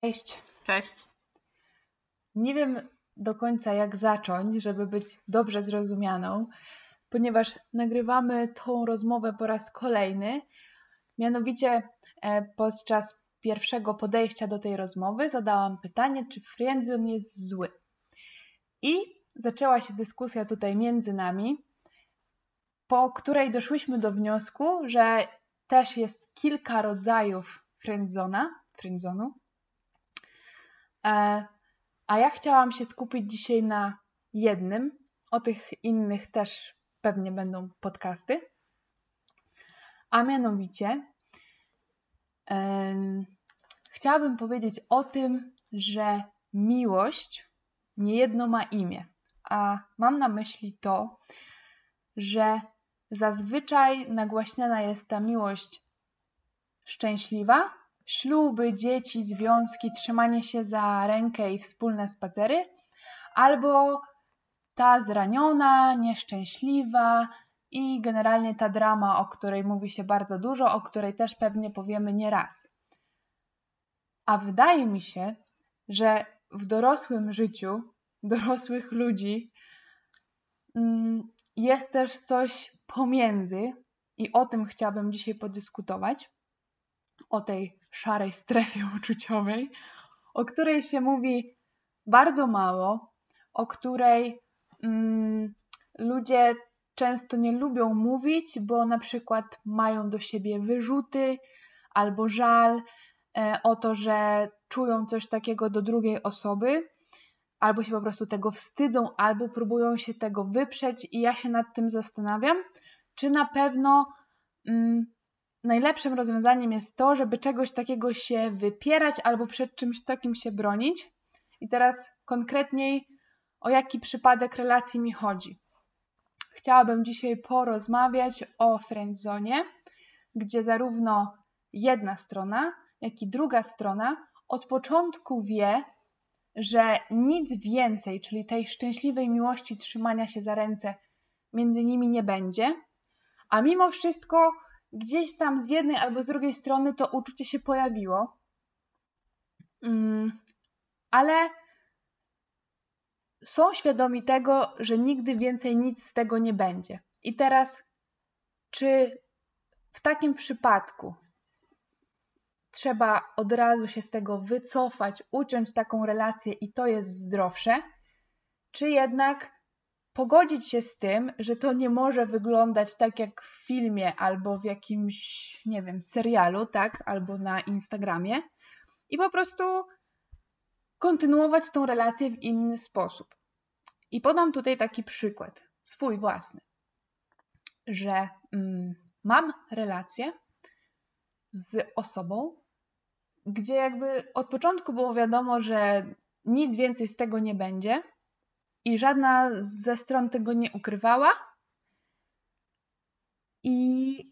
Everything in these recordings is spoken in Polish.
Cześć. Cześć. Nie wiem do końca jak zacząć, żeby być dobrze zrozumianą, ponieważ nagrywamy tą rozmowę po raz kolejny. Mianowicie podczas pierwszego podejścia do tej rozmowy zadałam pytanie, czy friendzone jest zły. I zaczęła się dyskusja tutaj między nami, po której doszłyśmy do wniosku, że też jest kilka rodzajów friendzonu. A ja chciałam się skupić dzisiaj na jednym. O tych innych też pewnie będą podcasty. A mianowicie chciałabym powiedzieć o tym, że miłość niejedno ma imię. A mam na myśli to, że zazwyczaj nagłaśniana jest ta miłość szczęśliwa, śluby, dzieci, związki, trzymanie się za rękę i wspólne spacery, albo ta zraniona, nieszczęśliwa i generalnie ta drama, o której mówi się bardzo dużo, o której też pewnie powiemy nie raz. A wydaje mi się, że w dorosłym życiu, dorosłych ludzi jest też coś pomiędzy i o tym chciałabym dzisiaj podyskutować. O tej szarej strefie uczuciowej, o której się mówi bardzo mało, o której ludzie często nie lubią mówić, bo na przykład mają do siebie wyrzuty albo żal o to, że czują coś takiego do drugiej osoby, albo się po prostu tego wstydzą, albo próbują się tego wyprzeć i ja się nad tym zastanawiam, czy na pewno najlepszym rozwiązaniem jest to, żeby czegoś takiego się wypierać albo przed czymś takim się bronić. I teraz konkretniej o jaki przypadek relacji mi chodzi. Chciałabym dzisiaj porozmawiać o friendzonie, gdzie zarówno jedna strona, jak i druga strona od początku wie, że nic więcej, czyli tej szczęśliwej miłości trzymania się za ręce między nimi nie będzie, a mimo wszystko gdzieś tam z jednej albo z drugiej strony to uczucie się pojawiło, ale są świadomi tego, że nigdy więcej nic z tego nie będzie. I teraz, czy w takim przypadku trzeba od razu się z tego wycofać, uciąć taką relację i to jest zdrowsze, czy jednak pogodzić się z tym, że to nie może wyglądać tak jak w filmie albo w jakimś, nie wiem, serialu, tak? Albo na Instagramie i po prostu kontynuować tą relację w inny sposób. I podam tutaj taki przykład, swój własny, że mam relację z osobą, gdzie jakby od początku było wiadomo, że nic więcej z tego nie będzie i żadna ze stron tego nie ukrywała i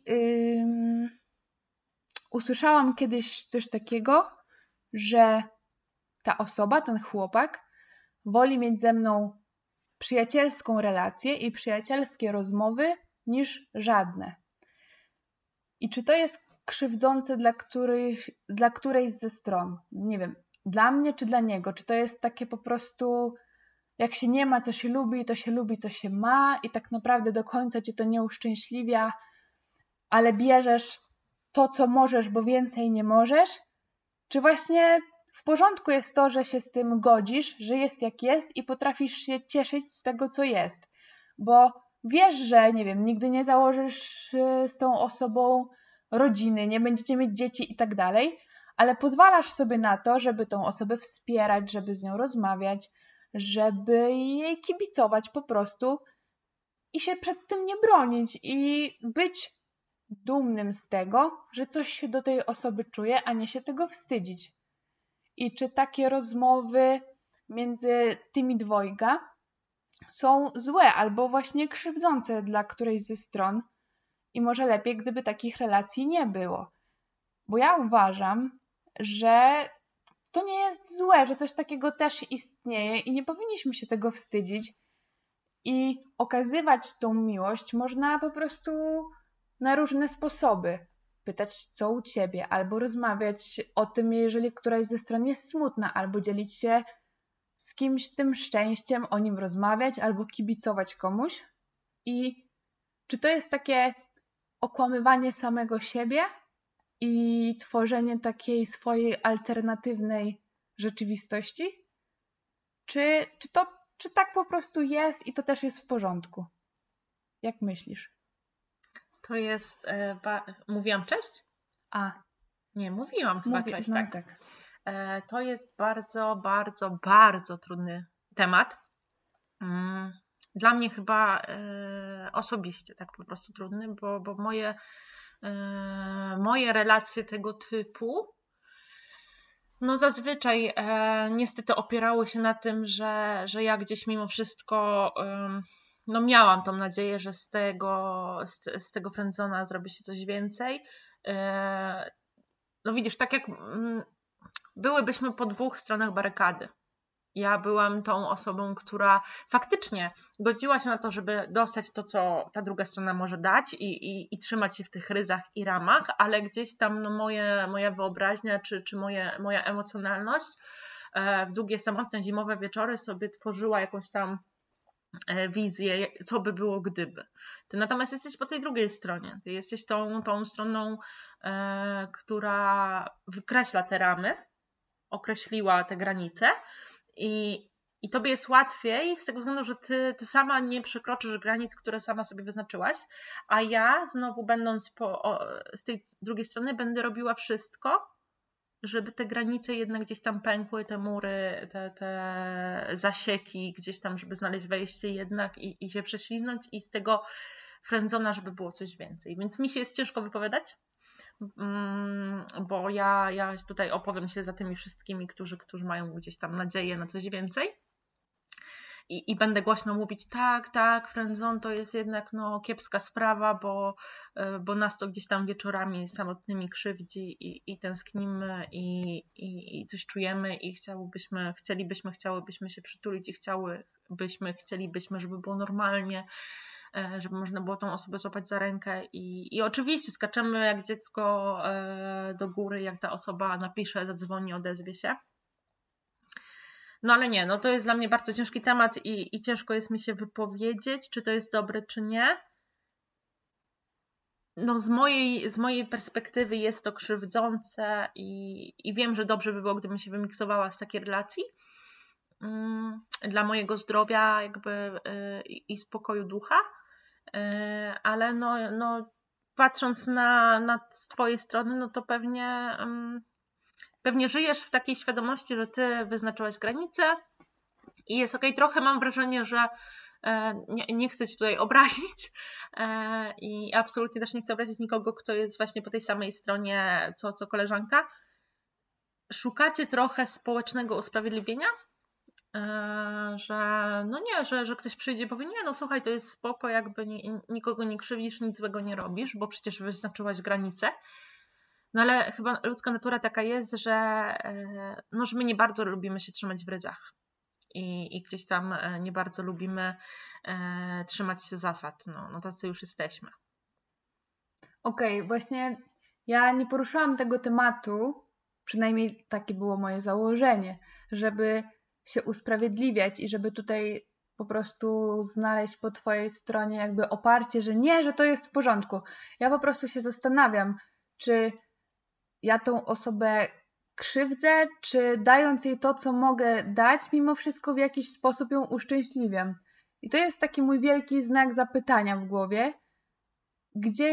usłyszałam kiedyś coś takiego, że ta osoba, ten chłopak woli mieć ze mną przyjacielską relację i przyjacielskie rozmowy niż żadne. I czy to jest krzywdzące dla którejś ze stron? Nie wiem, dla mnie czy dla niego? Czy to jest takie po prostu jak się nie ma, co się lubi, to się lubi, co się ma i tak naprawdę do końca cię to nie uszczęśliwia, ale bierzesz to, co możesz, bo więcej nie możesz? Czy właśnie w porządku jest to, że się z tym godzisz, że jest jak jest i potrafisz się cieszyć z tego, co jest? Bo wiesz, że, nie wiem, nigdy nie założysz z tą osobą rodziny, nie będziecie mieć dzieci i tak dalej, ale pozwalasz sobie na to, żeby tą osobę wspierać, żeby z nią rozmawiać, żeby jej kibicować po prostu i się przed tym nie bronić i być dumnym z tego, że coś się do tej osoby czuje, a nie się tego wstydzić. I czy takie rozmowy między tymi dwojga są złe albo właśnie krzywdzące dla którejś ze stron i może lepiej, gdyby takich relacji nie było. Bo ja uważam, że to nie jest złe, że coś takiego też istnieje i nie powinniśmy się tego wstydzić i okazywać tą miłość można po prostu na różne sposoby. pytać, co u ciebie, albo rozmawiać o tym, jeżeli któraś ze stron jest smutna, albo dzielić się z kimś tym szczęściem, o nim rozmawiać, albo kibicować komuś. I czy to jest takie okłamywanie samego siebie i tworzenie takiej swojej alternatywnej rzeczywistości? Czy tak po prostu jest i to też jest w porządku? Jak myślisz? To jest... Mówiłam cześć? Nie, mówiłam chyba cześć, no tak? Tak. To jest bardzo, bardzo, bardzo trudny temat. Dla mnie chyba osobiście tak po prostu trudny, bo moje relacje tego typu no zazwyczaj niestety opierały się na tym, że ja gdzieś mimo wszystko no miałam tą nadzieję, że z tego friendzona zrobi się coś więcej. No widzisz, tak jak byłybyśmy po dwóch stronach barykady. Ja byłam tą osobą, która faktycznie godziła się na to, żeby dostać to, co ta druga strona może dać i trzymać się w tych ryzach i ramach, ale gdzieś tam no moja wyobraźnia czy moja emocjonalność w długie, samotne, zimowe wieczory sobie tworzyła jakąś tam wizję, co by było gdyby. Ty natomiast jesteś po tej drugiej stronie. Ty jesteś tą stroną, która wykreśla te ramy, określiła te granice i tobie jest łatwiej z tego względu, że ty sama nie przekroczysz granic, które sama sobie wyznaczyłaś, a ja znowu będąc z tej drugiej strony będę robiła wszystko, żeby te granice jednak gdzieś tam pękły, te mury, te zasieki gdzieś tam, żeby znaleźć wejście jednak i się prześliznąć i z tego friendzona, żeby było coś więcej. Więc mi się jest ciężko wypowiadać, bo ja tutaj opowiem się za tymi wszystkimi, którzy mają gdzieś tam nadzieję na coś więcej. I będę głośno mówić, tak, friendzone to jest jednak no, kiepska sprawa, bo nas to gdzieś tam wieczorami samotnymi krzywdzi i tęsknimy i coś czujemy i chciałybyśmy się przytulić i chcielibyśmy, żeby było normalnie, żeby można było tą osobę złapać za rękę i oczywiście skaczemy jak dziecko do góry, jak ta osoba napisze, zadzwoni, odezwie się. No ale nie, no to jest dla mnie bardzo ciężki temat i ciężko jest mi się wypowiedzieć, czy to jest dobre, czy nie. No z mojej perspektywy jest to krzywdzące i wiem, że dobrze by było, gdybym się wymiksowała z takiej relacji dla mojego zdrowia jakby i spokoju ducha, ale no patrząc na twojej strony, no to pewnie żyjesz w takiej świadomości, że ty wyznaczyłaś granice i jest okej. Trochę mam wrażenie, że nie chcę cię tutaj obrazić i absolutnie też nie chcę obrazić nikogo, kto jest właśnie po tej samej stronie co koleżanka. Szukacie trochę społecznego usprawiedliwienia, że no nie, że ktoś przyjdzie i powie, nie, no słuchaj, to jest spoko, jakby nikogo nie krzywdzisz, nic złego nie robisz, bo przecież wyznaczyłaś granice. No ale chyba ludzka natura taka jest, że my nie bardzo lubimy się trzymać w ryzach i gdzieś tam nie bardzo lubimy trzymać się zasad. No tacy już jesteśmy. Okej, właśnie ja nie poruszyłam tego tematu, przynajmniej takie było moje założenie, żeby się usprawiedliwiać i żeby tutaj po prostu znaleźć po twojej stronie jakby oparcie, że nie, że to jest w porządku. Ja po prostu się zastanawiam, czy ja tą osobę krzywdzę, czy dając jej to, co mogę dać, mimo wszystko w jakiś sposób ją uszczęśliwiam. I to jest taki mój wielki znak zapytania w głowie, gdzie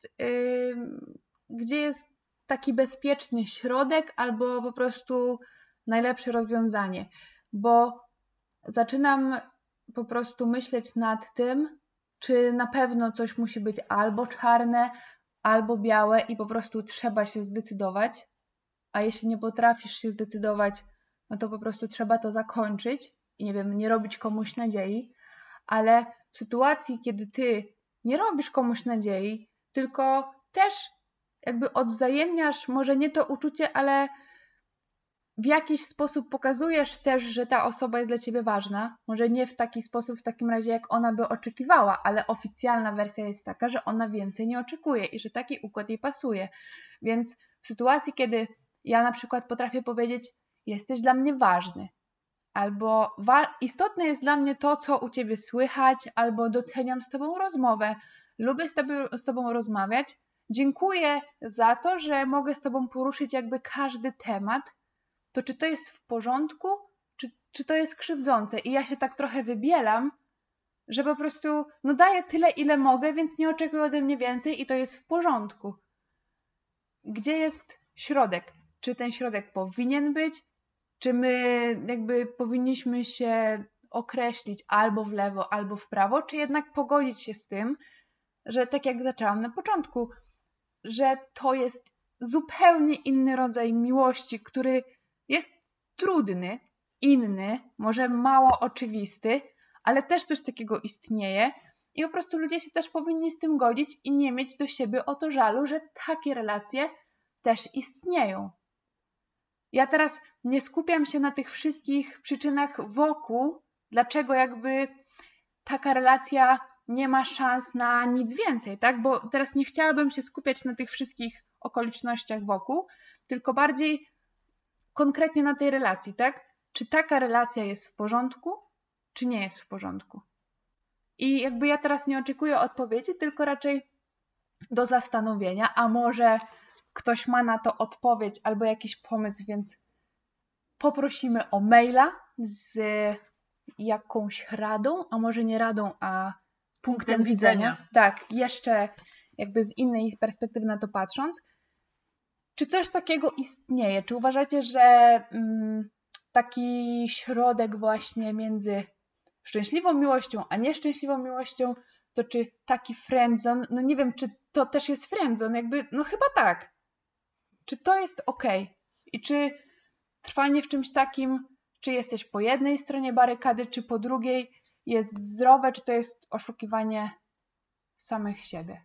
jest taki bezpieczny środek albo po prostu najlepsze rozwiązanie, bo zaczynam po prostu myśleć nad tym, czy na pewno coś musi być albo czarne, albo białe i po prostu trzeba się zdecydować, a jeśli nie potrafisz się zdecydować, no to po prostu trzeba to zakończyć i nie wiem, nie robić komuś nadziei, ale w sytuacji, kiedy ty nie robisz komuś nadziei, tylko też jakby odwzajemniasz może nie to uczucie, ale w jakiś sposób pokazujesz też, że ta osoba jest dla ciebie ważna. Może nie w taki sposób, w takim razie, jak ona by oczekiwała, ale oficjalna wersja jest taka, że ona więcej nie oczekuje i że taki układ jej pasuje. Więc w sytuacji, kiedy ja na przykład potrafię powiedzieć, jesteś dla mnie ważny, albo istotne jest dla mnie to, co u ciebie słychać, albo doceniam z tobą rozmowę, lubię z tobą rozmawiać, dziękuję za to, że mogę z tobą poruszyć jakby każdy temat, to czy to jest w porządku, czy to jest krzywdzące? I ja się tak trochę wybielam, że po prostu daję tyle, ile mogę, więc nie oczekuję ode mnie więcej i to jest w porządku. Gdzie jest środek? Czy ten środek powinien być? Czy my jakby powinniśmy się określić albo w lewo, albo w prawo, czy jednak pogodzić się z tym, że tak jak zaczęłam na początku, że to jest zupełnie inny rodzaj miłości, który jest trudny, inny, może mało oczywisty, ale też coś takiego istnieje i po prostu ludzie się też powinni z tym godzić i nie mieć do siebie o to żalu, że takie relacje też istnieją. Ja teraz nie skupiam się na tych wszystkich przyczynach wokół, dlaczego jakby taka relacja nie ma szans na nic więcej, tak? Bo teraz nie chciałabym się skupiać na tych wszystkich okolicznościach wokół, tylko bardziej konkretnie na tej relacji, tak? Czy taka relacja jest w porządku, czy nie jest w porządku? I jakby ja teraz nie oczekuję odpowiedzi, tylko raczej do zastanowienia, a może ktoś ma na to odpowiedź albo jakiś pomysł, więc poprosimy o maila z jakąś radą, a może nie radą, a punktem widzenia. Tak, jeszcze jakby z innej perspektywy na to patrząc. Czy coś takiego istnieje? Czy uważacie, że taki środek właśnie między szczęśliwą miłością, a nieszczęśliwą miłością, to czy taki friendzone, nie wiem, czy to też jest friendzone, jakby, chyba tak. Czy to jest okej? I czy trwanie w czymś takim, czy jesteś po jednej stronie barykady, czy po drugiej, jest zdrowe, czy to jest oszukiwanie samych siebie?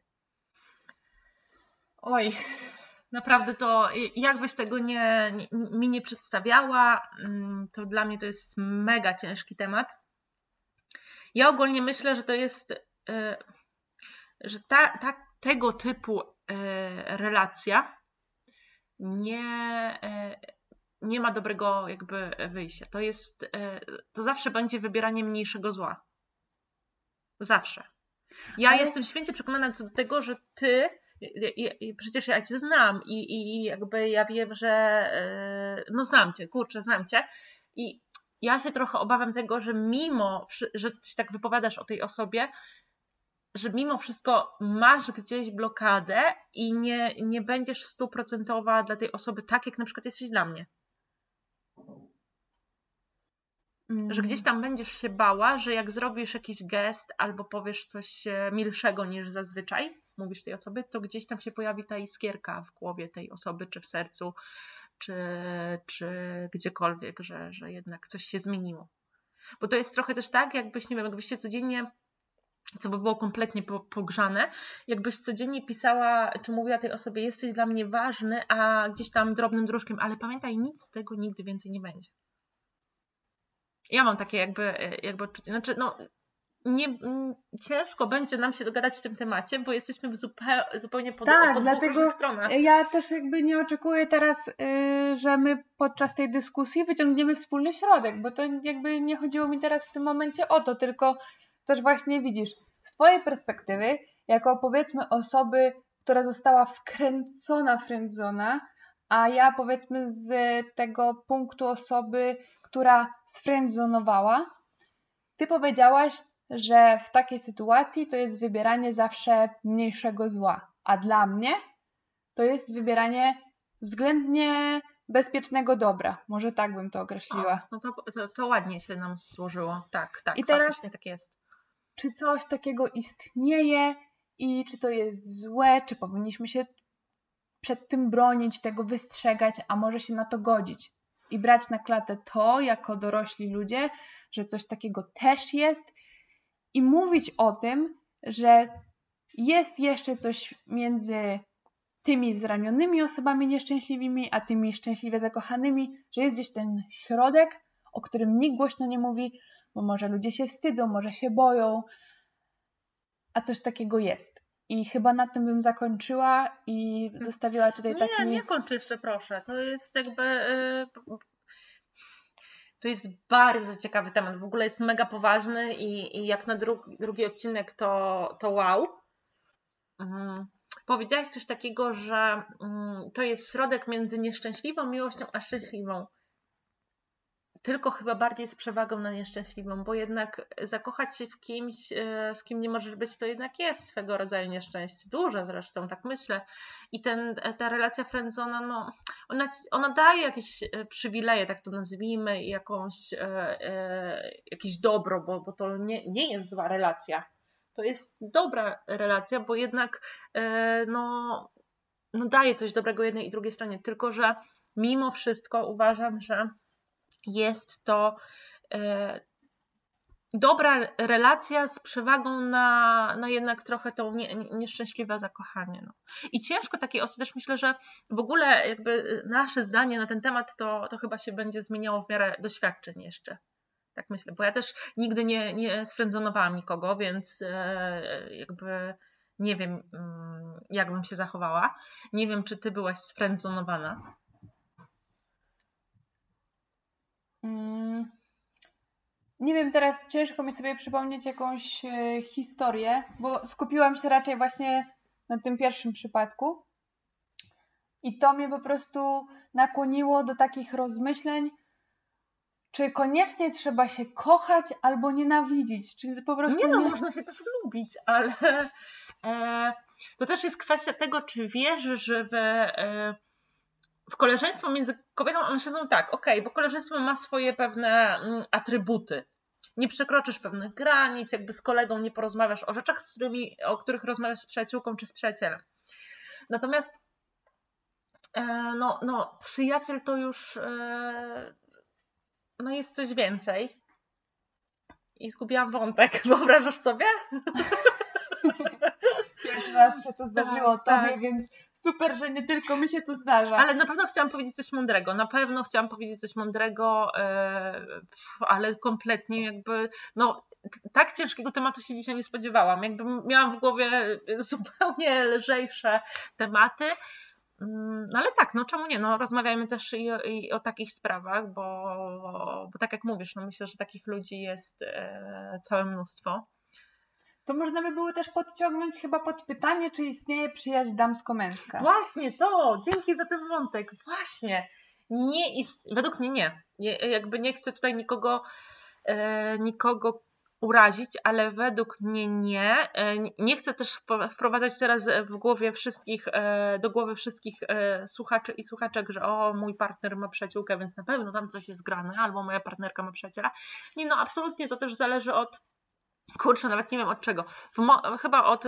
Oj, naprawdę to jakbyś tego mi nie przedstawiała, to dla mnie to jest mega ciężki temat. Ja ogólnie myślę, że to jest, że tego typu relacja nie ma dobrego jakby wyjścia. To zawsze będzie wybieranie mniejszego zła. Zawsze. Ja jestem święcie przekonana co do tego, że ty, przecież ja cię znam i jakby ja wiem, że znam cię, znam cię i ja się trochę obawiam tego, że mimo, że ty się tak wypowiadasz o tej osobie, że mimo wszystko masz gdzieś blokadę i nie będziesz 100% dla tej osoby tak, jak na przykład jesteś dla mnie. Że gdzieś tam będziesz się bała, że jak zrobisz jakiś gest albo powiesz coś milszego niż zazwyczaj mówisz tej osobie, to gdzieś tam się pojawi ta iskierka w głowie tej osoby, czy w sercu, czy gdziekolwiek, że jednak coś się zmieniło. Bo to jest trochę też tak, jakbyś, nie wiem, jakbyście codziennie, co by było kompletnie pogrzane, jakbyś codziennie pisała, czy mówiła tej osobie, jesteś dla mnie ważny, a gdzieś tam drobnym dróżkiem, ale pamiętaj, nic z tego nigdy więcej nie będzie. Ja mam takie jakby odczucie, znaczy ciężko będzie nam się dogadać w tym temacie, bo jesteśmy zupełnie po dwóch różnych stronach. Ja też jakby nie oczekuję teraz, że my podczas tej dyskusji wyciągniemy wspólny środek, bo to jakby nie chodziło mi teraz w tym momencie o to, tylko też właśnie widzisz, z twojej perspektywy, jako powiedzmy osoby, która została wkręcona friendzona, a ja powiedzmy z tego punktu osoby, która sfriendzonowała, ty powiedziałaś, że w takiej sytuacji to jest wybieranie zawsze mniejszego zła, a dla mnie to jest wybieranie względnie bezpiecznego dobra. Może tak bym to określiła. To ładnie się nam złożyło. Tak, i teraz, faktycznie tak jest. Czy coś takiego istnieje i czy to jest złe, czy powinniśmy się przed tym bronić, tego wystrzegać, a może się na to godzić i brać na klatę to jako dorośli ludzie, że coś takiego też jest i mówić o tym, że jest jeszcze coś między tymi zranionymi osobami nieszczęśliwymi, a tymi szczęśliwie zakochanymi, że jest gdzieś ten środek, o którym nikt głośno nie mówi, bo może ludzie się wstydzą, może się boją, a coś takiego jest. I chyba na tym bym zakończyła i zostawiła tutaj taki... Nie kończ jeszcze, proszę. To jest jakby... To jest bardzo ciekawy temat. W ogóle jest mega poważny i jak na drugi odcinek to wow. Powiedziałaś coś takiego, że to jest środek między nieszczęśliwą miłością a szczęśliwą. Tylko chyba bardziej z przewagą na nieszczęśliwą, bo jednak zakochać się w kimś, z kim nie możesz być, to jednak jest swego rodzaju nieszczęście. Duże zresztą, tak myślę. I ta relacja friendzona, no, ona daje jakieś przywileje, tak to nazwijmy, i jakieś dobro, bo to nie jest zła relacja. To jest dobra relacja, bo jednak no daje coś dobrego jednej i drugiej stronie. Tylko że mimo wszystko uważam, że jest to dobra relacja z przewagą na jednak trochę to nieszczęśliwe zakochanie. No. I ciężko takiej osoby, też myślę, że w ogóle jakby nasze zdanie na ten temat to chyba się będzie zmieniało w miarę doświadczeń jeszcze. Tak myślę, bo ja też nigdy nie sfriendzonowałam nikogo, więc jakby nie wiem, jak bym się zachowała. Nie wiem, czy ty byłaś sfriendzonowana. Nie wiem, teraz ciężko mi sobie przypomnieć jakąś historię, bo skupiłam się raczej właśnie na tym pierwszym przypadku i to mnie po prostu nakłoniło do takich rozmyśleń, czy koniecznie trzeba się kochać albo nienawidzić, czy po prostu... Można się też lubić, ale to też jest kwestia tego, czy wierzysz w koleżeństwo między kobietą a mężczyzną. Tak, okej, bo koleżeństwo ma swoje pewne atrybuty. Nie przekroczysz pewnych granic, jakby z kolegą nie porozmawiasz o rzeczach, o których rozmawiasz z przyjaciółką czy z przyjacielem. Natomiast przyjaciel to już jest coś więcej. I zgubiłam wątek. Wyobrażasz sobie? Pierwszy raz się to zdarzyło tobie, więc super, że nie tylko mi się to zdarza. Ale na pewno chciałam powiedzieć coś mądrego. Ale kompletnie jakby, tak ciężkiego tematu się dzisiaj nie spodziewałam. Jakby miałam w głowie zupełnie lżejsze tematy. No ale tak, czemu nie? Rozmawiajmy też i o takich sprawach, bo tak jak mówisz, myślę, że takich ludzi jest całe mnóstwo. To można by było też podciągnąć chyba pod pytanie, czy istnieje przyjaźń damsko-męska. Właśnie to! Dzięki za ten wątek. Właśnie. Według mnie nie. Jakby nie chcę tutaj nikogo urazić, ale według mnie nie. Nie chcę też wprowadzać teraz do głowy wszystkich słuchaczy i słuchaczek, że mój partner ma przyjaciółkę, więc na pewno tam coś jest grane, albo moja partnerka ma przyjaciela. Nie, absolutnie to też zależy od... Kurczę, nawet nie wiem od czego. Chyba od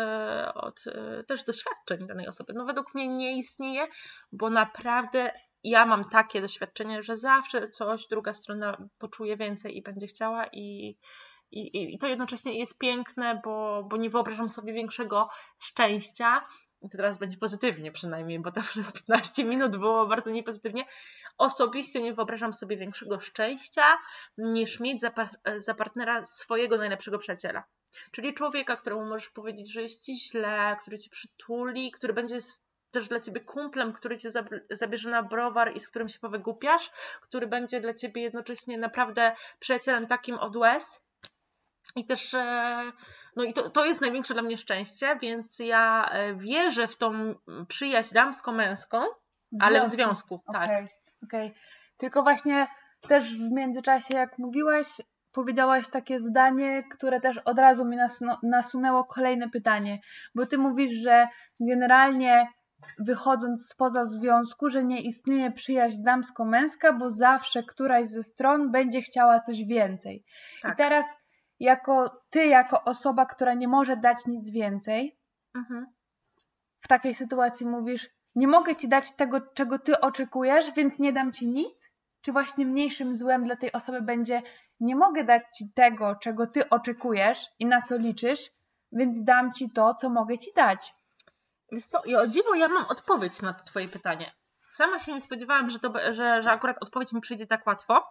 też doświadczeń danej osoby. Według mnie nie istnieje, bo naprawdę ja mam takie doświadczenie, że zawsze coś druga strona poczuje więcej i będzie chciała i to jednocześnie jest piękne, bo nie wyobrażam sobie większego szczęścia. I to teraz będzie pozytywnie przynajmniej, bo to przez 15 minut było bardzo niepozytywnie. Osobiście nie wyobrażam sobie większego szczęścia niż mieć za partnera swojego najlepszego przyjaciela. Czyli człowieka, któremu możesz powiedzieć, że jest ci źle, który ci przytuli, który będzie też dla ciebie kumplem, który cię zabierze na browar i z którym się powygłupiasz, który będzie dla ciebie jednocześnie naprawdę przyjacielem takim od łez. I też i to jest największe dla mnie szczęście, więc ja wierzę w tą przyjaźń damsko-męską, ale w związku. Tak. Okej. Tylko właśnie też w międzyczasie, jak mówiłaś, powiedziałaś takie zdanie, które też od razu mi nasunęło kolejne pytanie, bo ty mówisz, że generalnie wychodząc spoza związku, że nie istnieje przyjaźń damsko-męska, bo zawsze któraś ze stron będzie chciała coś więcej. Tak. I teraz jako osoba, która nie może dać nic więcej, w takiej sytuacji mówisz, nie mogę ci dać tego, czego ty oczekujesz, więc nie dam ci nic? Czy właśnie mniejszym złem dla tej osoby będzie, nie mogę dać ci tego, czego ty oczekujesz i na co liczysz, więc dam ci to, co mogę ci dać? Wiesz co, i o dziwo ja mam odpowiedź na to twoje pytanie. Sama się nie spodziewałam, że akurat odpowiedź mi przyjdzie tak łatwo.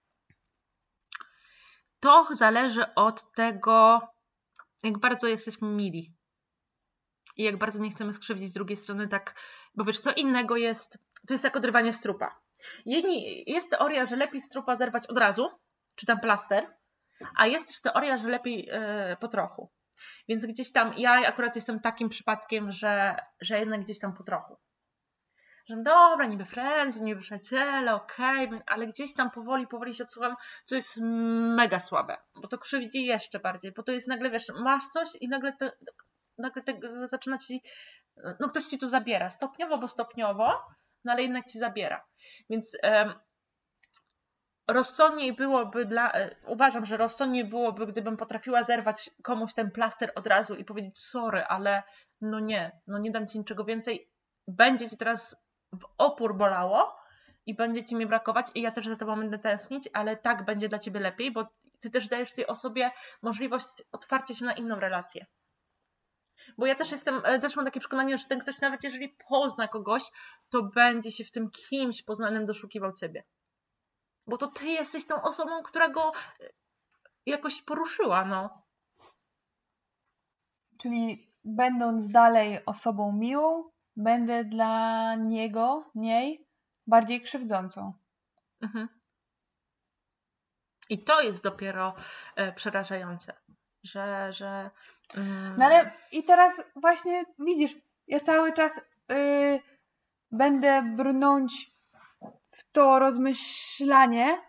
To zależy od tego, jak bardzo jesteśmy mili. I jak bardzo nie chcemy skrzywdzić drugiej strony, tak, bo wiesz, co innego jest, to jest jak odrywanie z trupa. Jest teoria, że lepiej z trupa zerwać od razu, czy tam plaster, a jest też teoria, że lepiej po trochu. Więc gdzieś tam, ja akurat jestem takim przypadkiem, że jednak gdzieś tam po trochu. Że dobra, niby friends, niby przyjaciele, okej, ale gdzieś tam powoli się odsuwam, co jest mega słabe, bo to krzywdzi jeszcze bardziej, bo to jest nagle, wiesz, masz coś i nagle zaczyna ci, no ktoś ci to zabiera, stopniowo, no ale jednak ci zabiera. Więc rozsądniej byłoby uważam, że rozsądniej byłoby, gdybym potrafiła zerwać komuś ten plaster od razu i powiedzieć sorry, ale no nie dam ci niczego więcej, będzie ci teraz w opór bolało i będzie ci mnie brakować i ja też za tobą będę tęsknić, ale tak będzie dla ciebie lepiej, bo ty też dajesz tej osobie możliwość otwarcia się na inną relację. Bo ja też mam takie przekonanie, że ten ktoś nawet jeżeli pozna kogoś, to będzie się w tym kimś poznanym doszukiwał ciebie. Bo to ty jesteś tą osobą, która go jakoś poruszyła, no. Czyli będąc dalej osobą miłą, będę dla niej bardziej krzywdzącą. Mhm. I to jest dopiero przerażające, że No ale i teraz właśnie widzisz, ja cały czas będę brnąć w to rozmyślanie,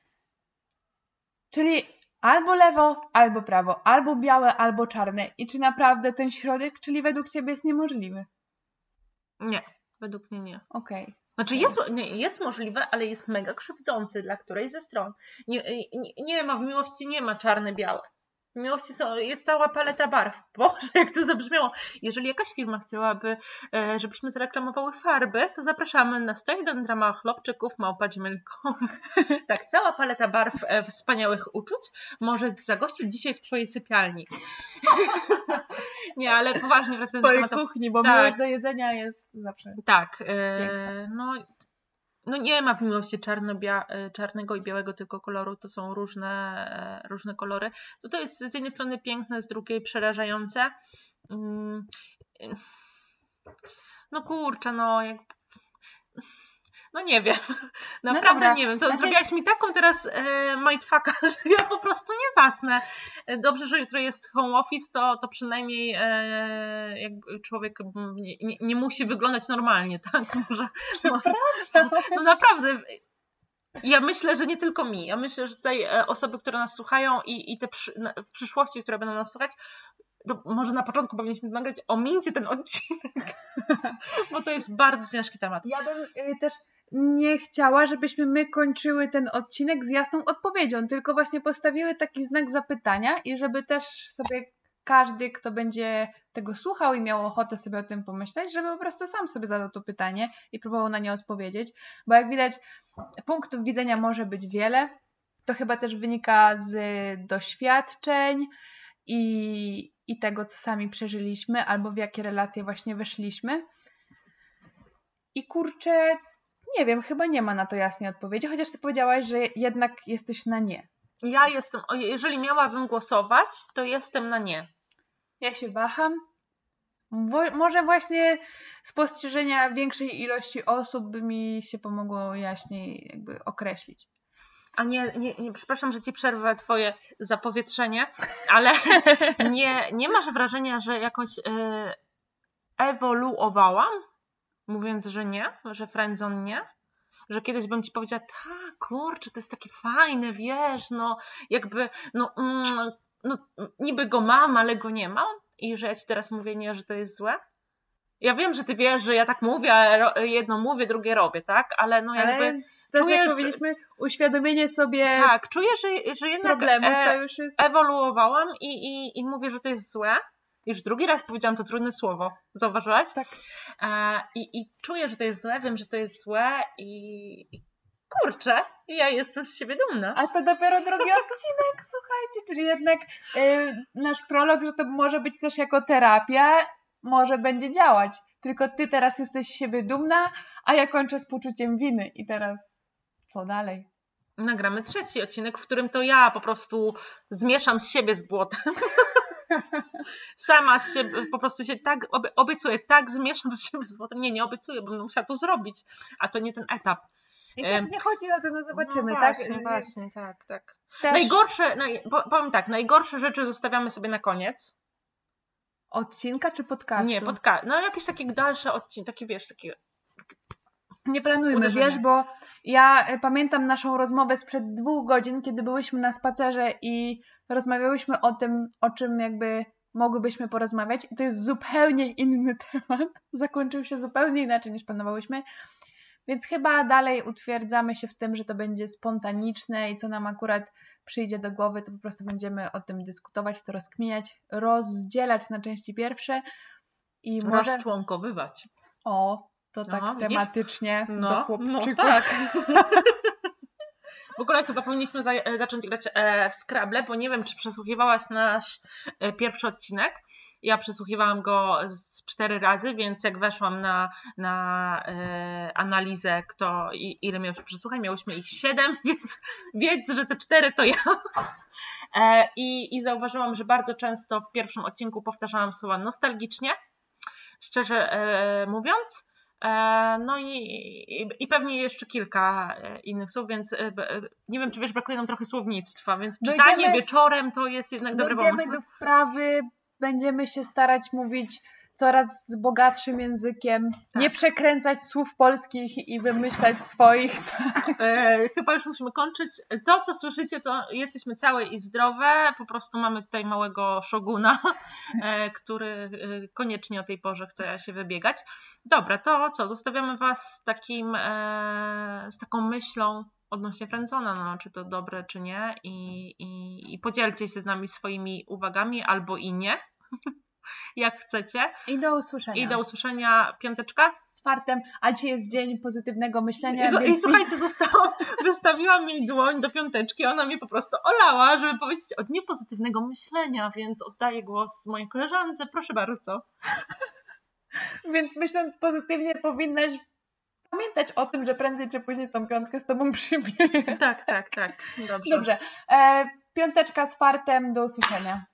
czyli albo lewo, albo prawo, albo białe, albo czarne. I czy naprawdę ten środek, czyli według ciebie jest niemożliwy? Nie, według mnie nie. Okej. Znaczy jest możliwe, ale jest mega krzywdzący dla którejś ze stron. Nie ma w miłości, nie ma czarne-białe. W miłości jest cała paleta barw. Boże, jak to zabrzmiało. Jeżeli jakaś firma chciałaby, żebyśmy zreklamowały farby, to zapraszamy na Stay Drama Chłopczyków@gmail.com. Tak, cała paleta barw wspaniałych uczuć może zagościć dzisiaj w twojej sypialni. Nie, ale poważnie wracając do tematu. Kuchni, bo miłość do jedzenia jest zawsze. Tak, no nie ma w miłości czarnego i białego tylko koloru, to są różne kolory. To jest z jednej strony piękne, z drugiej przerażające. No kurczę, no nie wiem. Naprawdę nie wiem. To zrobiłaś mi taką teraz mindfucka, że ja po prostu nie zasnę. Dobrze, że jutro jest home office, to przynajmniej jakby człowiek nie musi wyglądać normalnie, tak? No naprawdę. Ja myślę, że nie tylko mi. Ja myślę, że tutaj osoby, które nas słuchają i te w przyszłości, które będą nas słuchać, to może na początku powinniśmy nagrać, omińcie ten odcinek, bo to jest bardzo ciężki temat. Ja bym też nie chciała, żebyśmy my kończyły ten odcinek z jasną odpowiedzią, tylko właśnie postawiły taki znak zapytania i żeby też sobie każdy, kto będzie tego słuchał i miał ochotę sobie o tym pomyśleć, żeby po prostu sam sobie zadał to pytanie i próbował na nie odpowiedzieć, bo jak widać, punktów widzenia może być wiele. To chyba też wynika z doświadczeń i tego, co sami przeżyliśmy, albo w jakie relacje właśnie weszliśmy. I kurczę, nie wiem, chyba nie ma na to jasnej odpowiedzi, chociaż ty powiedziałaś, że jednak jesteś na nie. Ja jestem, jeżeli miałabym głosować, to jestem na nie. Ja się waham. Może właśnie spostrzeżenia większej ilości osób by mi się pomogło jaśniej jakby określić. A nie, przepraszam, że ci przerwę twoje zapowietrzenie, ale nie masz wrażenia, że jakoś ewoluowałam, mówiąc, że nie, że friendzone nie? Że kiedyś bym ci powiedziała, tak, kurczę, to jest takie fajne, wiesz, jakby, niby go mam, ale go nie mam i że ja ci teraz mówię nie, że to jest złe? Ja wiem, że ty wiesz, że ja tak mówię, jedno mówię, drugie robię, tak? Ale jakby... Czuję, że powinniśmy uświadomienie sobie tak, czuję, że jednak problemu, to już jest... ewoluowałam i mówię, że to jest złe. Już drugi raz powiedziałam to trudne słowo. Zauważyłaś? Tak. I czuję, że to jest złe, wiem, że to jest złe i kurczę, ja jestem z siebie dumna. A to dopiero drugi odcinek, słuchajcie, czyli jednak nasz prolog, że to może być też jako terapia może będzie działać. Tylko ty teraz jesteś z siebie dumna, a ja kończę z poczuciem winy. I teraz co dalej? Nagramy 3. odcinek, w którym to ja po prostu zmieszam z siebie z błotem. Sama z siebie, po prostu się tak, obiecuję, tak zmieszam z siebie z błotem. Nie obiecuję, bo będę musiała to zrobić. A to nie ten etap. I też nie chodzi o to, no zobaczymy, no tak? Właśnie, tak. Też Powiem tak, najgorsze rzeczy zostawiamy sobie na koniec. odcinka czy podcastu? Nie, no jakieś takie dalsze odcinki, takie wiesz, takie... Nie planujmy, uderzenie. wiesz, bo ja pamiętam naszą rozmowę sprzed 2 godzin, kiedy byłyśmy na spacerze i rozmawiałyśmy o tym, o czym jakby mogłybyśmy porozmawiać. I to jest zupełnie inny temat. Zakończył się zupełnie inaczej niż planowałyśmy. Więc chyba dalej utwierdzamy się w tym, że to będzie spontaniczne i co nam akurat przyjdzie do głowy, to po prostu będziemy o tym dyskutować, to rozkminiać, rozdzielać na części pierwsze i może... Rozczłonkowywać. O, to tak widzisz? tematycznie do chłopczyków. No tak. W ogóle chyba powinniśmy zacząć grać w Scrabble, bo nie wiem, czy przesłuchiwałaś nasz pierwszy odcinek. Ja przesłuchiwałam go z 4 razy, więc jak weszłam na analizę, ile miał przesłuchań, miałyśmy ich 7, więc wiedz, że te 4 to ja. I zauważyłam, że bardzo często w pierwszym odcinku powtarzałam słowa nostalgicznie, szczerze mówiąc. No i pewnie jeszcze kilka innych słów, więc nie wiem, czy wiesz, brakuje nam trochę słownictwa, więc czytanie wieczorem to jest jednak dobry pomysł. Dojdziemy do wprawy, będziemy się starać mówić coraz bogatszym językiem, tak. Nie przekręcać słów polskich i wymyślać swoich. Tak. Chyba już musimy kończyć. To, co słyszycie, to jesteśmy całe i zdrowe, po prostu mamy tutaj małego szoguna, który koniecznie o tej porze chce się wybiegać. Dobra, to co? Zostawiamy was z taką myślą odnośnie friendzona, no, czy to dobre, czy nie i podzielcie się z nami swoimi uwagami albo i nie. Jak chcecie. I do usłyszenia. 5. Z fartem, a dzisiaj jest dzień pozytywnego myślenia. I słuchajcie, wystawiłam jej dłoń do 5, ona mnie po prostu olała, żeby powiedzieć o dniu pozytywnego myślenia, więc oddaję głos mojej koleżance, proszę bardzo. Więc myśląc pozytywnie, powinnaś pamiętać o tym, że prędzej czy później tą 5 z tobą przybije. Tak. Dobrze. 5 z fartem, do usłyszenia.